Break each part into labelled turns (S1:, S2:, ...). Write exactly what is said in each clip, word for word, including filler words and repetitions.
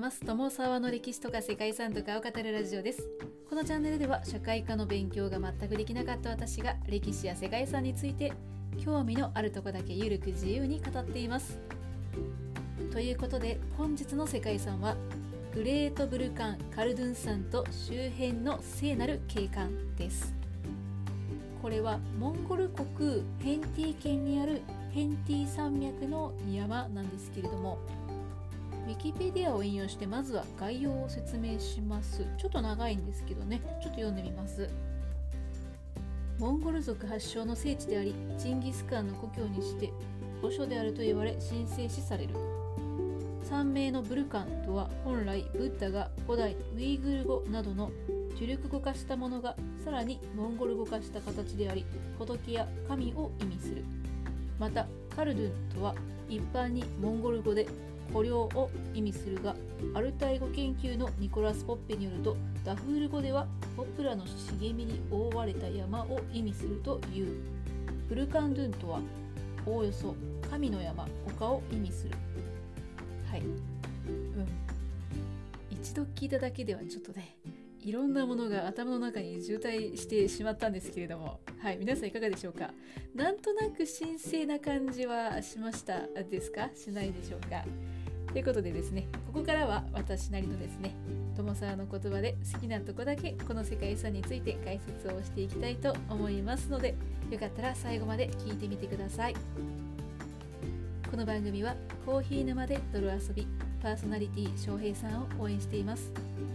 S1: ます。友沢の歴史とか世界遺産とかを語るラジオです。このチャンネルでは社会科の勉強が全くできなかった私が歴史や世界遺産について興味のあるとこだけゆるく自由に語っています。ということで本日の世界遺産はグレートブルカンカルドゥン山と周辺の聖なる景観です。これはモンゴル国ヘンティ県にあるヘンティ山脈の山なんですけれども、ウィキペディアを引用してまずは概要を説明します。ちょっと長いんですけどね、ちょっと読んでみます。モンゴル族発祥の聖地であり、チンギス・カンの故郷にして墓所であると言われ神聖視される。山名のブルカンとは本来ブッダが古代ウイグル語などのチュルク語化したものがさらにモンゴル語化した形であり、仏や神を意味する。またカルドゥンとは一般にモンゴル語で古領を意味するが、アルタイ語研究のニコラス・ポッペによるとダフール語ではポプラの茂みに覆われた山を意味するという。ブルカンドゥンとはおおよそ神の山、丘を意味する。はい、うん、一度聞いただけではちょっとね、いろんなものが頭の中に渋滞してしまったんですけれども、はい、皆さんいかがでしょうか。なんとなく神聖な感じはしましたですか、しないでしょうか。ということでですね、ここからは私なりのですね、友沢の言葉で好きなとこだけこの世界遺産について解説をしていきたいと思いますので、よかったら最後まで聞いてみてください。この番組はコーヒー沼で泥遊びパーソナリティ翔平さんを応援しています。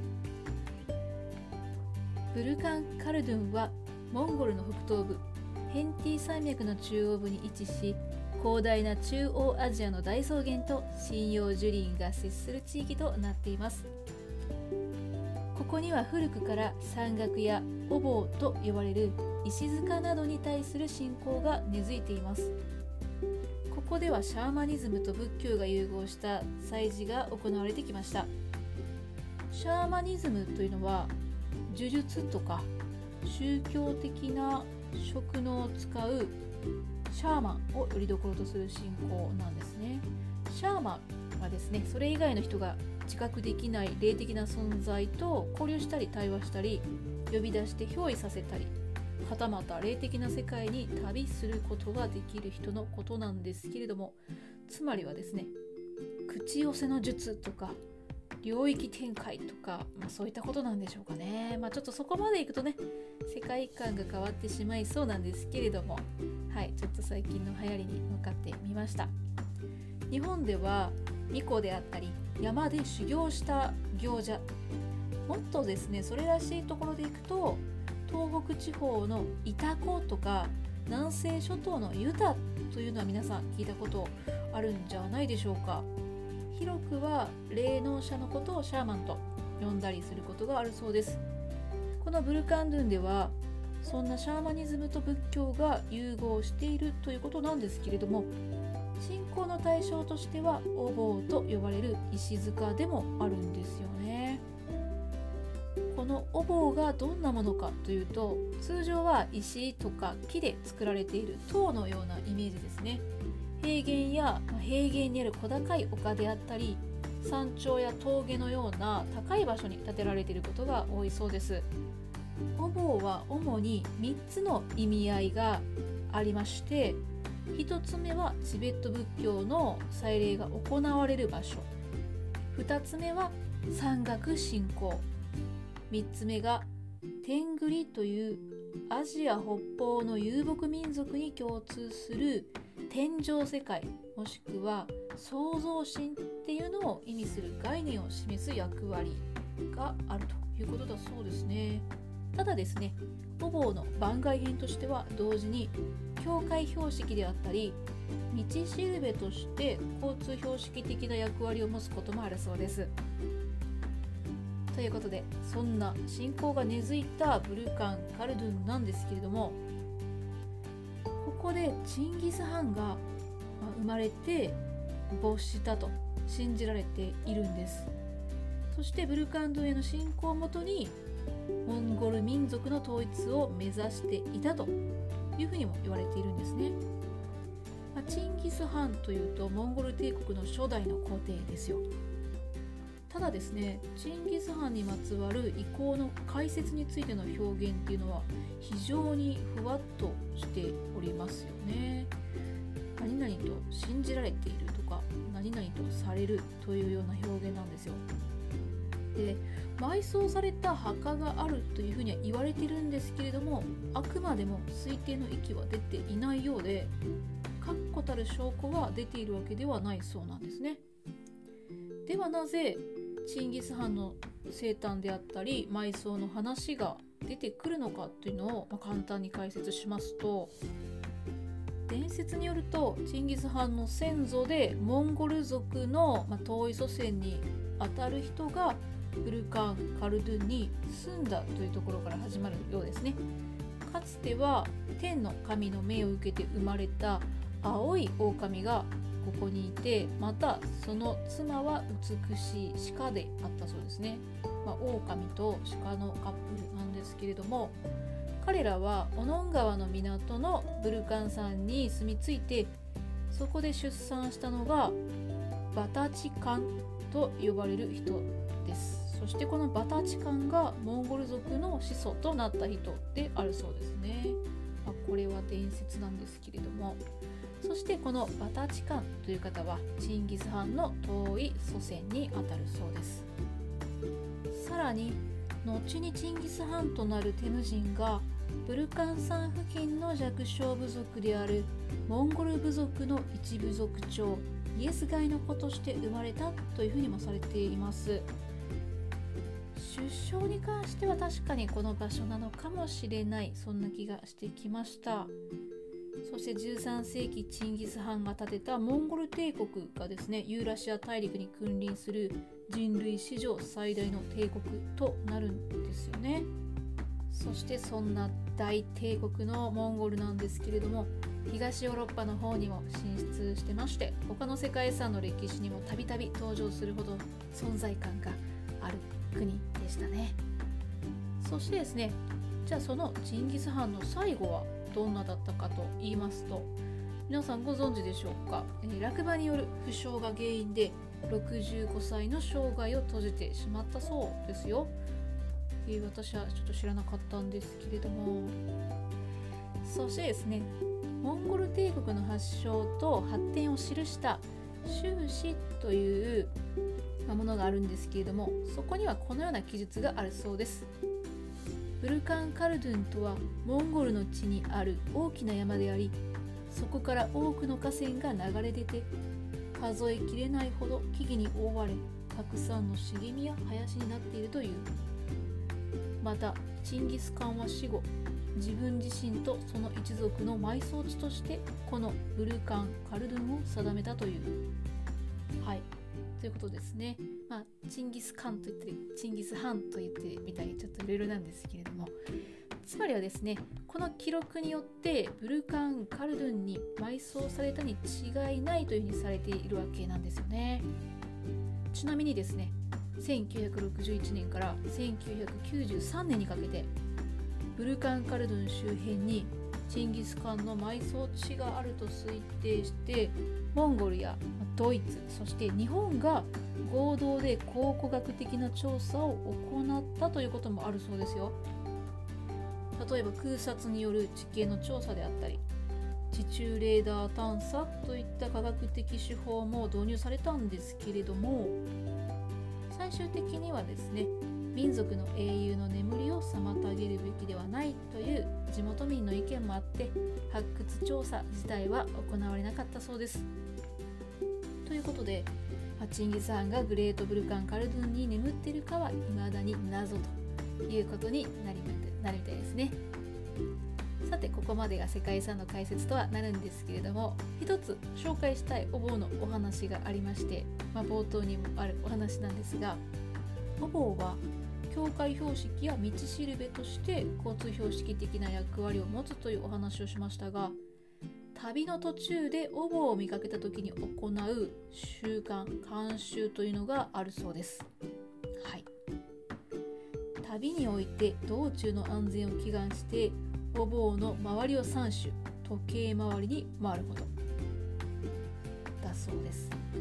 S1: ブルカン・カルドゥンはモンゴルの北東部ヘンティ山脈の中央部に位置し、広大な中央アジアの大草原と針葉樹林が接する地域となっています。ここには古くから山岳やお坊と呼ばれる石塚などに対する信仰が根付いています。ここではシャーマニズムと仏教が融合した祭事が行われてきました。シャーマニズムというのは呪術とか宗教的な職能を使うシャーマンをよりどころとする信仰なんですね。シャーマンはですね、それ以外の人が知覚できない霊的な存在と交流したり対話したり、呼び出して憑依させたり、はたまた霊的な世界に旅することができる人のことなんですけれども、つまりはですね、口寄せの術とか領域展開とか、まあ、そういったことなんでしょうかね。まあ、ちょっとそこまでいくとね、世界観が変わってしまいそうなんですけれども、はい、ちょっと最近の流行りに向かってみました。日本では巫女であったり山で修行した行者、もっとですねそれらしいところでいくと東北地方のイタコとか南西諸島のユタというのは皆さん聞いたことあるんじゃないでしょうか。広くは霊能者のことをシャーマンと呼んだりすることがあるそうです。このブルカンドゥンではそんなシャーマニズムと仏教が融合しているということなんですけれども、信仰の対象としてはお坊と呼ばれる石塚でもあるんですよね。このお坊がどんなものかというと、通常は石とか木で作られている塔のようなイメージですね。平原や平原にある小高い丘であったり、山頂や峠のような高い場所に建てられていることが多いそうです。お坊は主にみっつの意味合いがありまして、ひとつめはチベット仏教の祭礼が行われる場所、ふたつめは山岳信仰、みっつめがテングリというアジア北方の遊牧民族に共通する天上世界、もしくは創造神っていうのを意味する概念を示す役割があるということだそうですね。ただですね、お坊の番外編としては同時に教会標識であったり道しるべとして交通標識的な役割を持つこともあるそうです。ということで、そんな信仰が根付いたブルカン・カルドゥンなんですけれども、ここでチンギス・ハンが生まれて没したと信じられているんです。そしてブルカンドゥンへの信仰をもとにモンゴル民族の統一を目指していたというふうにも言われているんですね。まあ、チンギス・ハンというとモンゴル帝国の初代の皇帝ですよ。 ただですね、チンギス・ハンにまつわる遺構の解説についての表現っていうのは非常にふわっとしておりますよね。何々と信じられているとか、何々とされるというような表現なんですよ。で、埋葬された墓があるというふうには言われてるんですけれども、あくまでも推定の域は出ていないようで、確固たる証拠が出ているわけではないそうなんですね。ではなぜチンギス・ハンの生誕であったり埋葬の話が出てくるのかというのを、まあ、簡単に解説しますと、伝説によるとチンギス・ハンの先祖でモンゴル族の、まあ、遠い祖先にあたる人がブルカン・カルドゥンに住んだというところから始まるようですね。かつては天の神の命を受けて生まれた青い狼がここにいて、またその妻は美しい鹿であったそうですね。まあ、狼と鹿のカップルなんですけれども、彼らはオノン川の港のブルカン山に住み着いて、そこで出産したのがバタチカンと呼ばれる人です。そしてこのバタチカンがモンゴル族の始祖となった人であるそうですね。まあ、これは伝説なんですけれども、そしてこのバタチカンという方はチンギス・ハンの遠い祖先にあたるそうです。さらに後にチンギス・ハンとなるテムジンがブルカン山付近の弱小部族であるモンゴル部族の一部族長イエスガイの子として生まれたというふうにもされています。出生に関しては確かにこの場所なのかもしれない、そんな気がしてきました。そしてじゅうさんせいきチンギス・ハンが建てたモンゴル帝国がですね、ユーラシア大陸に君臨する人類史上最大の帝国となるんですよね。そしてそんな大帝国のモンゴルなんですけれども、東ヨーロッパの方にも進出してまして、他の世界遺産の歴史にもたびたび登場するほど存在感がある国でしたね。そしてですね、じゃあそのチンギス・ハンの最後はどんなだったかと言いますと、皆さんご存知でしょうか。えー、落馬による負傷が原因でろくじゅうごさいの生涯を閉じてしまったそうですよ。えー、私はちょっと知らなかったんですけれども、そしてですね、モンゴル帝国の発祥と発展を記した収支というものがあるんですけれども、そこにはこのような記述があるそうです。ブルカン・カルドゥンとはモンゴルの地にある大きな山であり、そこから多くの河川が流れ出て、数えきれないほど木々に覆われ、たくさんの茂みや林になっているという。またチンギス・カンは死後、自分自身とその一族の埋葬地としてこのブルカン・カルドゥンを定めたという。はい、ということですね。まあ、チンギス・カンと言ったりチンギス・ハンと言ってみたり、ちょっといろいろなんですけれども、つまりはですね、この記録によってブルカン・カルドゥンに埋葬されたに違いないというふうにされているわけなんですよね。ちなみにですね、せんきゅうひゃくろくじゅういちねんからせんきゅうひゃくきゅうじゅうさんねんにかけてブルカン・カルドゥン周辺にチンギス・カンの埋葬地があると推定して、モンゴルやドイツ、そして日本が合同で考古学的な調査を行ったということもあるそうですよ。例えば空撮による地形の調査であったり、地中レーダー探査といった科学的手法も導入されたんですけれども、最終的にはですね、民族の英雄の眠りを妨げるべきではないという地元民の意見もあって、発掘調査自体は行われなかったそうです。ということで、チンギス・ハンがグレートブルカン・カルドゥンに眠っているかは未だに謎ということになりなるみたいですね。さて、ここまでが世界遺産の解説とはなるんですけれども、一つ紹介したいお坊のお話がありまして、まあ、冒頭にもあるお話なんですが、お坊は教会標識や道しるべとして交通標識的な役割を持つというお話をしましたが、旅の途中でお坊を見かけた時に行う習慣、慣習というのがあるそうです。はい。旅において道中の安全を祈願してお坊の周りをさん周、時計回りに回ることだそうです。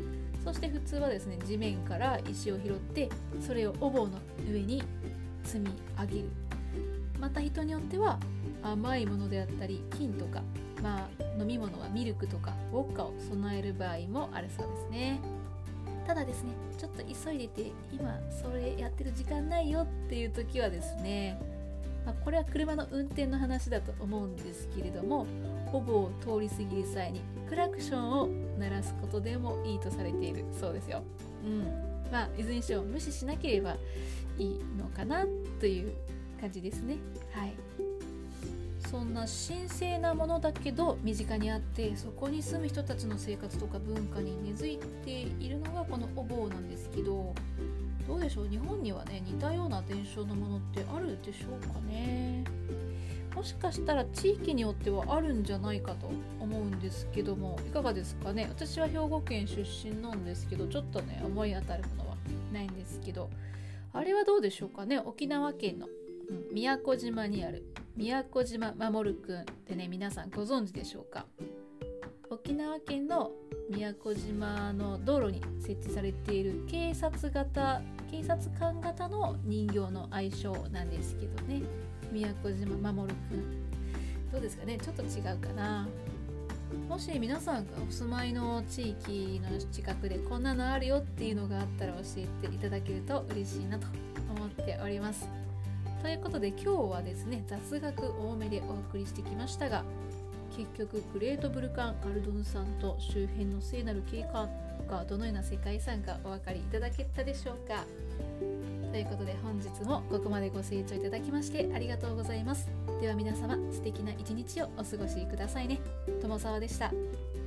S1: そして普通はですね、地面から石を拾ってそれをお坊の上に積み上げる。また人によっては甘いものであったり金とか、まあ飲み物はミルクとかウォッカを備える場合もあるそうですね。ただですね、ちょっと急いでて今それやってる時間ないよっていう時はですね、まあ、これは車の運転の話だと思うんですけれども、お坊を通り過ぎる際にクラクションを鳴らすことでもいいとされているそうですよ。うん、まあいずれにしろ無視しなければいいのかなという感じですね。はい。そんな神聖なものだけど身近にあって、そこに住む人たちの生活とか文化に根付いているのがこのお坊なんですけど、どうでしょう、日本にはね似たような伝承のものってあるでしょうかね。もしかしたら地域によってはあるんじゃないかと思うんですけども、いかがですかね。私は兵庫県出身なんですけど、ちょっとね思い当たるものはないんですけど、あれはどうでしょうかね。沖縄県の、うん、宮古島にある宮古島守くんってね、皆さんご存知でしょうか。沖縄県の宮古島の道路に設置されている警察型警察官型の人形の愛称なんですけどね、宮古島守くん、どうですかね。ちょっと違うかな。もし皆さんがお住まいの地域の近くでこんなのあるよっていうのがあったら教えていただけると嬉しいなと思っております。ということで今日はですね、雑学多めでお送りしてきましたが、結局グレートブルカンカルドン山と周辺の聖なる景観がどのような世界遺産かお分かりいただけたでしょうか。ということで本日もここまでご清聴いただきましてありがとうございます。では皆様、素敵な一日をお過ごしくださいね。友沢でした。